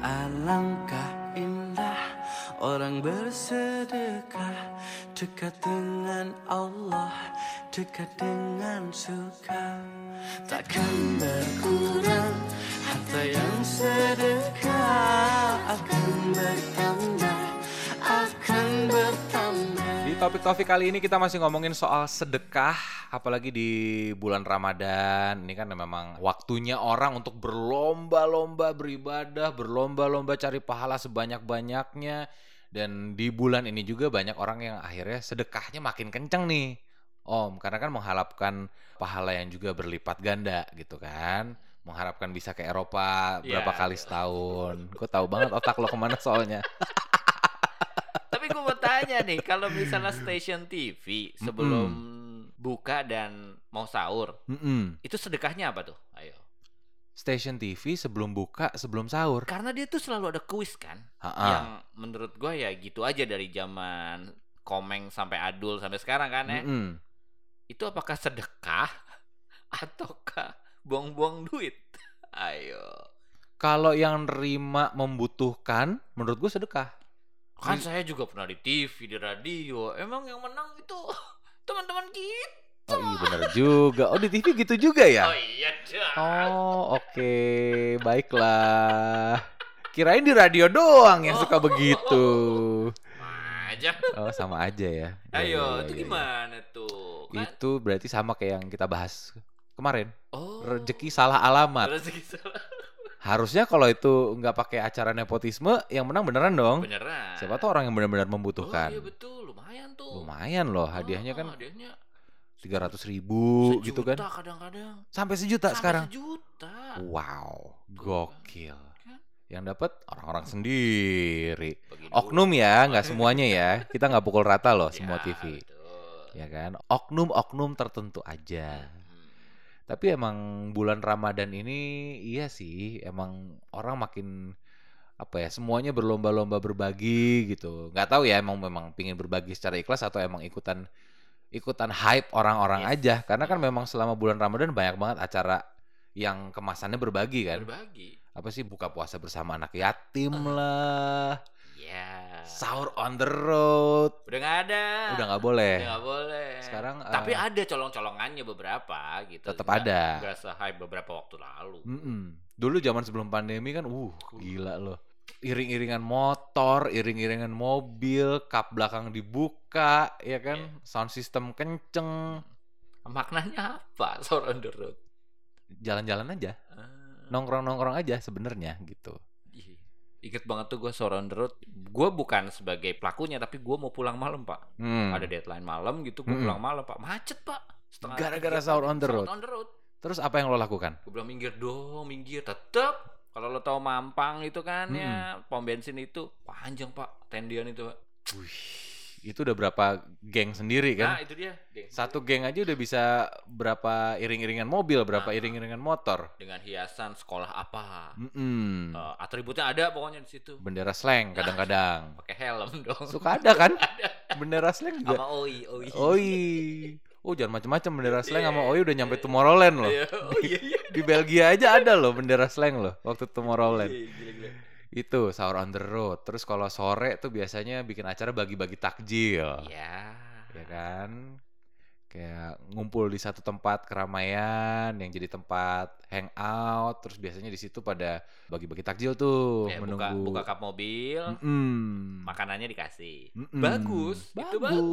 Alangkah indah orang bersedekah, dekat dengan Allah, dekat dengan surga. Takkan berkurang harta yang sedekah, akan bertambah, akan bertambah. Di topik-topik kali ini kita masih ngomongin soal sedekah, apalagi di bulan Ramadan. Ini kan memang waktunya orang untuk berlomba-lomba beribadah, berlomba-lomba cari pahala sebanyak-banyaknya. Dan di bulan ini juga banyak orang yang akhirnya sedekahnya makin kenceng nih, Om. Karena kan mengharapkan pahala yang juga berlipat ganda gitu kan. Mengharapkan bisa ke Eropa berapa kali setahun. Gue tahu banget otak lo kemana soalnya. Tapi gue mau tanya nih, kalau misalnya stasiun TV sebelum buka dan mau sahur, itu sedekahnya apa tuh? Ayo. Stasiun TV sebelum buka, sebelum sahur. Karena dia tuh selalu ada kuis kan, yang menurut gue ya gitu aja dari zaman Komeng sampai Adul sampai sekarang kan ya. Itu apakah sedekah ataukah buang-buang duit? Ayo. Kalau yang nerima membutuhkan, menurut gue sedekah. Kan saya juga pernah di TV, di radio. Emang yang menang itu teman-teman kita. Oh iya benar juga. Oh di TV gitu juga ya? Oh iya dah. Oh oke, baiklah. Kirain di radio doang yang suka begitu. Aja. Oh sama aja ya. Ayo, itu gimana tuh? Kan? Itu berarti sama kayak yang kita bahas kemarin. Oh. Rezeki salah alamat. Rezeki salah. Harusnya kalau itu nggak pakai acara nepotisme, yang menang beneran dong. Beneran. Siapa tuh orang yang benar-benar membutuhkan. Oh iya betul, lumayan tuh. Lumayan loh, hadiahnya kan hadiahnya 300.000 gitu kan. sejuta kadang-kadang. Sampai sejuta sekarang. Sejuta. Wow, gokil. Kan? Yang dapat orang-orang sendiri. Begini Oknum ya, nggak semuanya ya. Kita nggak pukul rata loh semua Ya, TV. betul. Ya kan, oknum-oknum tertentu aja. Tapi emang bulan Ramadan ini iya sih, emang orang makin apa ya, semuanya berlomba-lomba berbagi gitu. Nggak tahu ya, emang memang pingin berbagi secara ikhlas atau emang ikutan hype orang-orang Yes. aja. Karena kan memang selama bulan Ramadan banyak banget acara yang kemasannya berbagi kan. Berbagi. Apa sih, buka puasa bersama anak yatim lah, Ya. sahur on the road. Udah nggak ada. Udah nggak boleh. Udah nggak boleh. Sekarang, tapi ada colong-colongannya beberapa gitu. Tetep Nggak- ada. nggak se-hype beberapa waktu lalu. Dulu zaman sebelum pandemi kan, gila loh. Iring-iringan motor, iring-iringan mobil, kap belakang dibuka, ya kan, sound system kenceng, Maknanya apa? Sahur on the road. jalan-jalan aja, nongkrong-nongkrong aja sebenarnya gitu. Iya. Ingat banget tuh gue sahur on the road. Gue bukan sebagai pelakunya, tapi gue mau pulang malam pak. Ada deadline malam gitu, gue pulang malam pak. Macet pak. Gara-gara sahur on the road. Sahur on the road. Terus apa yang lo lakukan? Gue bilang minggir dong, minggir. Tetep. Kalau lo tahu Mampang itu kan ya, pom bensin itu panjang pak, tendian itu pak. Wih, itu udah berapa geng sendiri kan? Nah itu dia. Satu geng aja udah bisa berapa iring-iringan mobil, berapa iring-iringan motor. Dengan hiasan sekolah apa. Atributnya ada pokoknya di situ. Bendera slang kadang-kadang. Pakai helm dong. Suka ada kan? Bendera slang juga. Sama OI. Oi. Oh jangan macam-macam, bendera slang sama Oi udah nyampe Tomorrowland loh. Oh iya. Di Belgia aja ada loh bendera slang loh waktu Tomorrowland. Gila. Itu sahur on the road. Terus kalau sore tuh biasanya bikin acara bagi-bagi takjil. Ya. Ya kan? Kayak ngumpul di satu tempat keramaian yang jadi tempat hangout, terus biasanya di situ pada bagi-bagi takjil tuh, Ya, menunggu buka kap mobil, makanannya dikasih. Bagus. Itu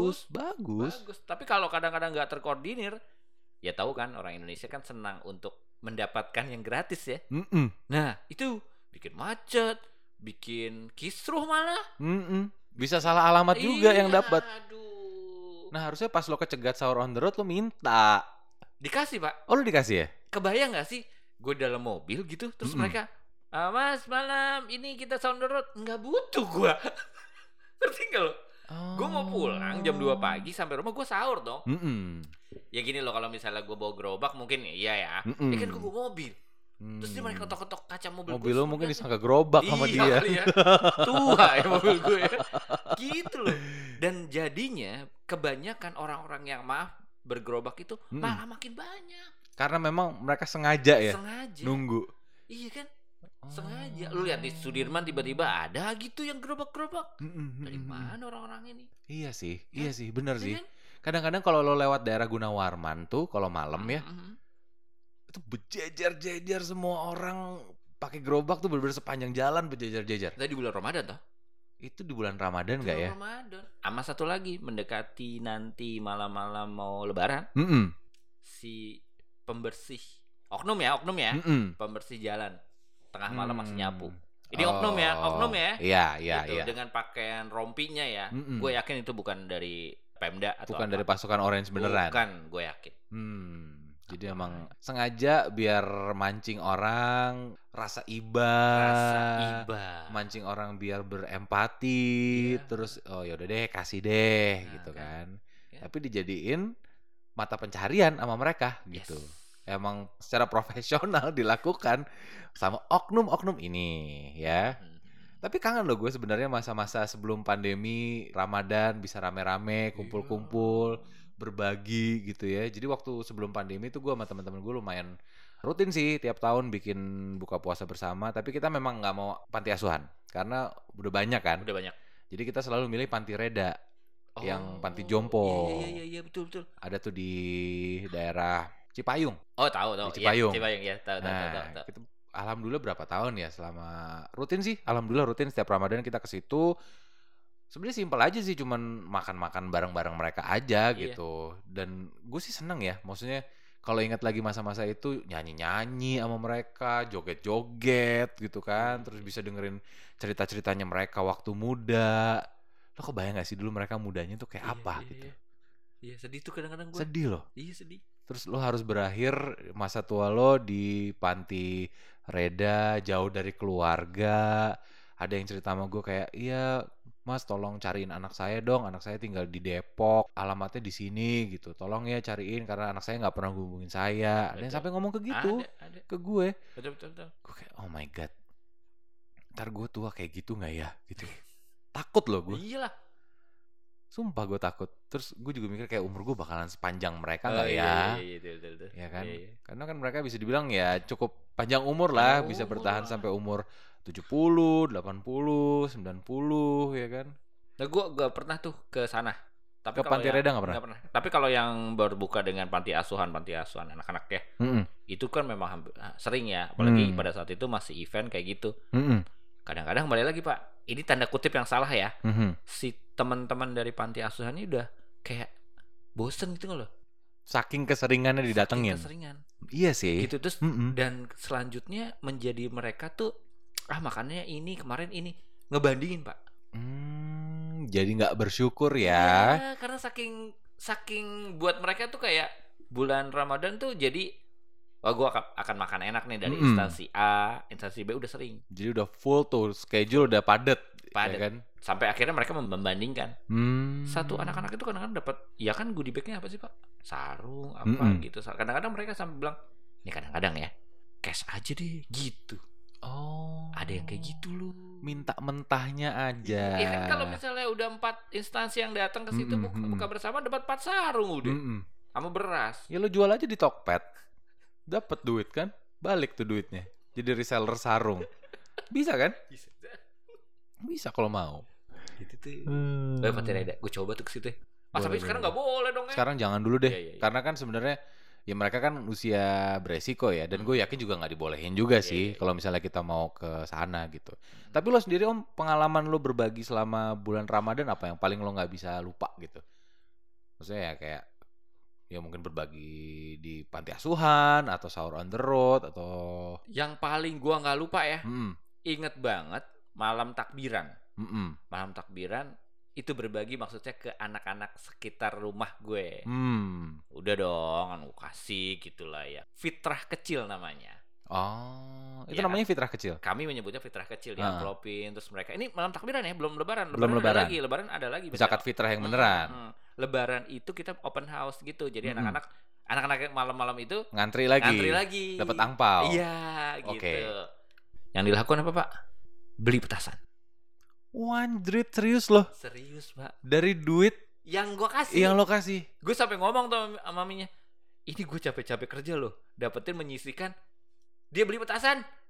bagus. Tapi kalau kadang-kadang nggak terkoordinir, ya tahu kan orang Indonesia kan senang untuk mendapatkan yang gratis ya. Nah itu bikin macet, bikin kisruh malah. Bisa salah alamat juga yang dapat. Aduh. Nah harusnya pas lo kecegat sahur on the road lo minta. Dikasih pak. Oh lo dikasih ya? Kebayang gak sih gue dalam mobil gitu terus mereka mas malam ini kita sahur on the road. Nggak butuh gue. Ngerti gak lo? Gue mau pulang jam 2 pagi sampai rumah gue sahur dong. Ya gini loh, kalau misalnya gue bawa gerobak mungkin iya ya. Ya kan gue bawa mobil. Terus dia mereka ketok-ketok kaca mobil lo mungkin disangka gerobak sama dia. Kali ya. Tua ya mobil gue ya. Gitu loh. Dan jadinya kebanyakan orang-orang yang bergerobak itu malah makin banyak. Karena memang mereka sengaja ya Sengaja. nunggu. Iya kan? Sengaja. Lu lihat di Sudirman tiba-tiba ada gitu yang gerobak-gerobak. Dari mana orang-orang ini? Iya sih, bener Iya sih. kan? Kadang-kadang kalau lo lewat daerah Gunawarman tuh, kalau malam ya, Mhm. itu berjejer-jejer semua orang pakai gerobak tuh bener-bener sepanjang jalan berjejer-jejer. Tadi di bulan Ramadan toh? Itu di bulan Ramadan nggak ya? Bulan Ramadan. Sama satu lagi mendekati nanti malam-malam mau Lebaran, Mm-mm. si pembersih oknum ya, Mm-mm. pembersih jalan tengah malam masih Hmm. nyapu. Ini oknum ya. Iya, iya, Gitu, iya. dengan pakaian rompinya ya. Mm-mm. Gue yakin itu bukan dari Pemda atau Bukan apa. dari pasukan Orange beneran. Bukan, gue yakin. Jadi emang sengaja biar mancing orang rasa iba, Rasa iba. mancing orang biar berempati, Iya. terus oh yaudah deh kasih deh Nah, gitu kan. kan. Ya. Tapi dijadiin mata pencarian sama mereka gitu. Yes. Emang secara profesional dilakukan sama oknum-oknum ini ya. Tapi kangen loh gue sebenarnya masa-masa sebelum pandemi Ramadan bisa rame-rame, kumpul-kumpul, berbagi gitu ya. Jadi waktu sebelum pandemi tuh gue sama teman-teman gue lumayan rutin sih tiap tahun bikin buka puasa bersama. Tapi kita memang nggak mau panti asuhan karena udah banyak kan. Udah banyak. Jadi kita selalu milih panti reda, yang panti Oh, jompo. Iya, betul. Ada tuh di daerah Cipayung. Oh, tahu. Di Cipayung. Iya, Cipayung ya, tahu. Nah, kita alhamdulillah berapa tahun ya selama rutin sih. Alhamdulillah rutin setiap Ramadan kita ke situ. Sebenarnya simpel aja sih, cuman makan-makan bareng-bareng mereka aja Iya. gitu. Dan gue sih seneng ya, maksudnya kalau ingat lagi masa-masa itu nyanyi-nyanyi sama mereka, joget-joget gitu kan, terus bisa dengerin cerita-ceritanya mereka waktu muda. Lo kebayang gak sih dulu mereka mudanya tuh kayak apa gitu? Iya, sedih tuh kadang-kadang gue. Sedih loh. Iya, sedih. Terus lo harus berakhir masa tua lo di panti reda, jauh dari keluarga. Ada yang cerita sama gue kayak, iya mas tolong cariin anak saya dong, anak saya tinggal di Depok, alamatnya di sini gitu. Tolong ya cariin karena anak saya nggak pernah hubungin saya. Ada yang Betul. sampai ngomong ke gitu Ada. ke gue. Betul. Gue kayak oh my god, ntar gue tua kayak gitu nggak ya gitu. Takut loh gue. Iyalah. Sumpah gue takut. Terus gue juga mikir kayak umur gue bakalan sepanjang mereka Oh, nggak ya? Iya, betul. Ya kan? Iya. Karena kan mereka bisa dibilang ya cukup panjang umur lah, Panjang bisa umur bertahan lah. sampai umur 70, 80, 90 ya kan? Nah, gue gak pernah tuh ke sana. Tapi Ke kalau panti yang- reda nggak pernah? nggak pernah. Tapi kalau yang berbuka dengan panti asuhan anak-anak ya, Mm-mm. itu kan memang sering ya. Apalagi Hmm. pada saat itu masih event kayak gitu. Mm-mm. Kadang-kadang kembali lagi Pak, ini tanda kutip yang salah ya. Mhm. Si teman-teman dari panti asuhan ini udah kayak bosen gitu loh. Saking keseringannya didatengin. Keseringan. Iya sih. Gitu terus Mm-mm. dan selanjutnya menjadi mereka tuh makannya ini kemarin ini ngebandingin Pak. Jadi nggak bersyukur ya. Iya, karena saking buat mereka tuh kayak bulan Ramadan tuh jadi gua akan makan enak nih dari Mm-mm. instansi A, instansi B udah sering. Jadi udah full tuh, schedule udah padet. Padet. Ya kan? Sampai akhirnya mereka membandingkan. Hmm. Satu anak-anak itu kadang-kadang dapat ya kan goodie bag-nya apa sih, Pak? Sarung apa Mm-mm. gitu. Kadang-kadang mereka sampai bilang, "Ini kadang-kadang ya, cash aja deh." Gitu. Oh. Ada yang kayak gitu loh. Minta mentahnya aja. Ya kan kalau misalnya udah 4 instansi yang datang ke situ buka bersama dapat 4 sarung udah. Mm-mm. Sama beras. Ya lo jual aja di Tokped. Dapat duit kan? Balik tuh duitnya. Jadi reseller sarung. Bisa kan? Bisa kalau mau. Gitu tuh. Hmm. Panti Reda, gue coba tuh ke situ. Boleh, Tapi sekarang nggak boleh dong ya. Sekarang jangan dulu deh. Iya. Karena kan sebenarnya ya mereka kan usia beresiko ya. Dan gue yakin juga nggak dibolehin juga sih. Iya. Kalau misalnya kita mau ke sana gitu. Tapi lo sendiri Om, pengalaman lo berbagi selama bulan Ramadan apa yang paling lo nggak bisa lupa gitu? Maksudnya ya kayak ya mungkin berbagi di panti asuhan atau sahur on the road atau Yang paling gua nggak lupa ya, Mm-mm. inget banget malam takbiran. Mm-mm. Malam takbiran itu berbagi maksudnya ke anak-anak sekitar rumah gue. Udah dong, kan gue kasih gitulah ya. Fitrah kecil namanya. Oh, itu Ya namanya fitrah kecil. Kami menyebutnya fitrah kecil di Ah. amplopin terus mereka. Ini malam takbiran ya, belum lebaran. Belum lebaran. Lebaran ada lagi. Zakat fitrah yang beneran. Lebaran itu kita open house gitu. Jadi Mm-mm. anak-anak yang malam-malam itu Ngantri lagi. Dapat angpau. Iya, gitu. Oke. Yang dilakukan apa, Pak? Beli petasan. Wandrit serius loh. Serius, Pak. Dari duit Yang gua kasih. yang lo kasih. Gue sampai ngomong tuh sama maminya. Ini gue capek-capek kerja loh. Dapetin menyisikan. Dia beli petasan.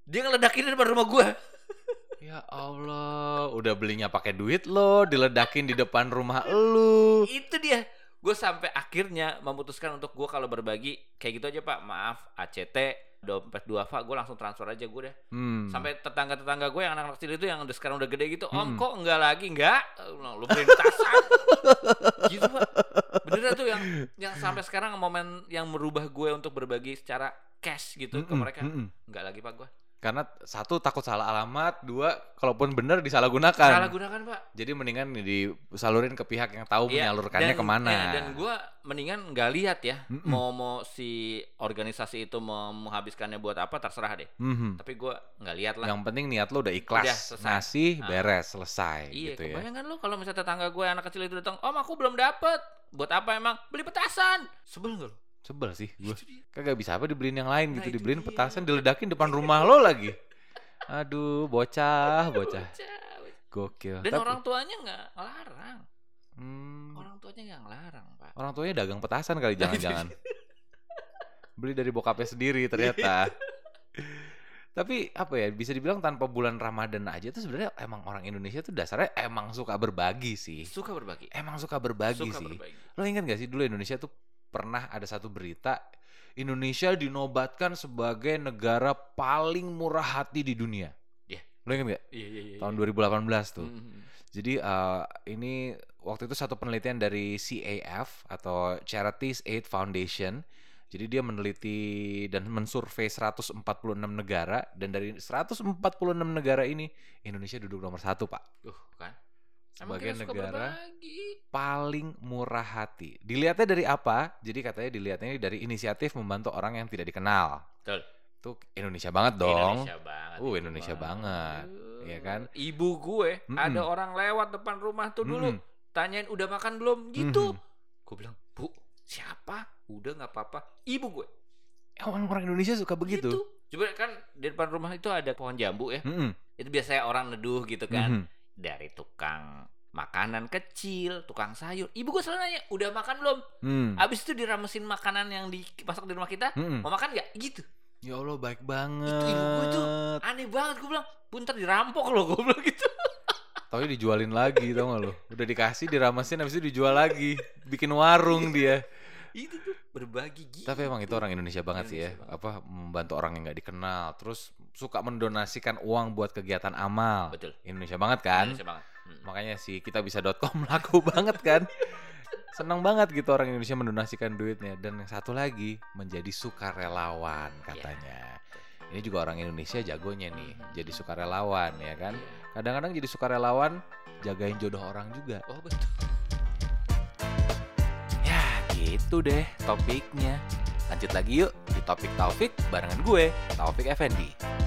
Dia ngeledakin di depan rumah gue. Ya Allah, udah belinya pakai duit lo, diledakin di depan rumah lu. Itu dia. Gue sampai akhirnya memutuskan untuk gue kalau berbagi kayak gitu aja Pak. Maaf, ACT, dompet duafa, gue langsung transfer aja gue deh. Sampai tetangga-tetangga gue yang anak kecil itu yang udah sekarang udah gede gitu, Om kok enggak lagi? Enggak, lu beliin petasan. Gitu Pak. Beneran tuh yang sampai sekarang momen yang merubah gue untuk berbagi secara cash gitu ke mereka. Enggak lagi Pak gue. Karena satu takut salah alamat, dua kalaupun bener disalahgunakan. Salah gunakan Pak. Jadi mendingan disalurin ke pihak yang tahu menyalurkannya kemana. Dan gue mendingan nggak lihat ya mau si organisasi itu mau menghabiskannya buat apa terserah deh. Tapi gue nggak lihat lah. Yang penting niat lo udah ikhlas, ngasih beres selesai. Iya, gitu kebayang kan lo kalau misalnya tetangga gue anak kecil itu datang, Om aku belum dapet. Buat apa emang? Beli petasan. Sebel nggak lo? Sebel sih gue. Kagak bisa apa dibeliin yang lain gitu, dibeliin petasan diledakin depan rumah lo lagi. Aduh, bocah. Gokil. Dan orang tuanya nggak ngelarang. Orang tuanya nggak ngelarang Pak. Orang tuanya dagang petasan kali jangan-jangan. Beli dari bokapnya sendiri ternyata. Tapi apa ya, bisa dibilang tanpa bulan Ramadan aja tuh sebenarnya emang orang Indonesia tuh dasarnya emang suka berbagi sih. Emang suka berbagi sih. Lo ingat gak sih dulu Indonesia tuh pernah ada satu berita, Indonesia dinobatkan sebagai negara paling murah hati di dunia. Iya. Lo ingat gak? Iya. Tahun 2018 tuh. Jadi ini waktu itu satu penelitian dari CAF atau Charities Aid Foundation. Jadi dia meneliti dan mensurvei 146 negara, dan dari 146 negara ini Indonesia duduk nomor 1 Pak. Kan? Sebagai negara paling murah hati. Dilihatnya dari apa? Jadi katanya dilihatnya dari inisiatif membantu orang yang tidak dikenal. Betul. Itu Indonesia banget dong. Indonesia banget. Iya kan? Ibu gue ada orang lewat depan rumah tuh dulu, tanyain udah makan belum gitu. Gue bilang, Bu, siapa? Udah nggak apa-apa. Ibu gue. Orang Indonesia suka begitu. Gitu. Coba kan di depan rumah itu ada pohon jambu ya. Itu biasanya orang neduh gitu kan. Dari tukang makanan kecil, tukang sayur. Ibu gue selalu nanya, udah makan belum? Abis itu diramesin makanan yang dimasak di rumah kita. Mau makan nggak? Gitu. Ya Allah, baik banget. Itu ibu gue tuh aneh banget. Gue bilang, buntar dirampok loh. Gue bilang gitu. Tapi dijualin lagi, tau gak lo? Udah dikasih, diramesin, habis itu dijual lagi. Bikin warung dia. Itu tuh berbagi gitu. Tapi emang itu orang Indonesia banget sih ya. Apa, membantu orang yang gak dikenal. Terus suka mendonasikan uang buat kegiatan amal. Betul. Indonesia banget kan? Indonesia banget. Makanya si kitabisa.com laku banget kan? Senang banget gitu orang Indonesia mendonasikan duitnya. Dan yang satu lagi, menjadi sukarelawan katanya. Ini juga orang Indonesia jagonya nih, jadi sukarelawan ya kan. Kadang-kadang jadi sukarelawan jagain jodoh orang juga. Oh betul. Ya gitu deh topiknya. Lanjut lagi yuk di Topik Taufik barengan gue, Taufik Effendi.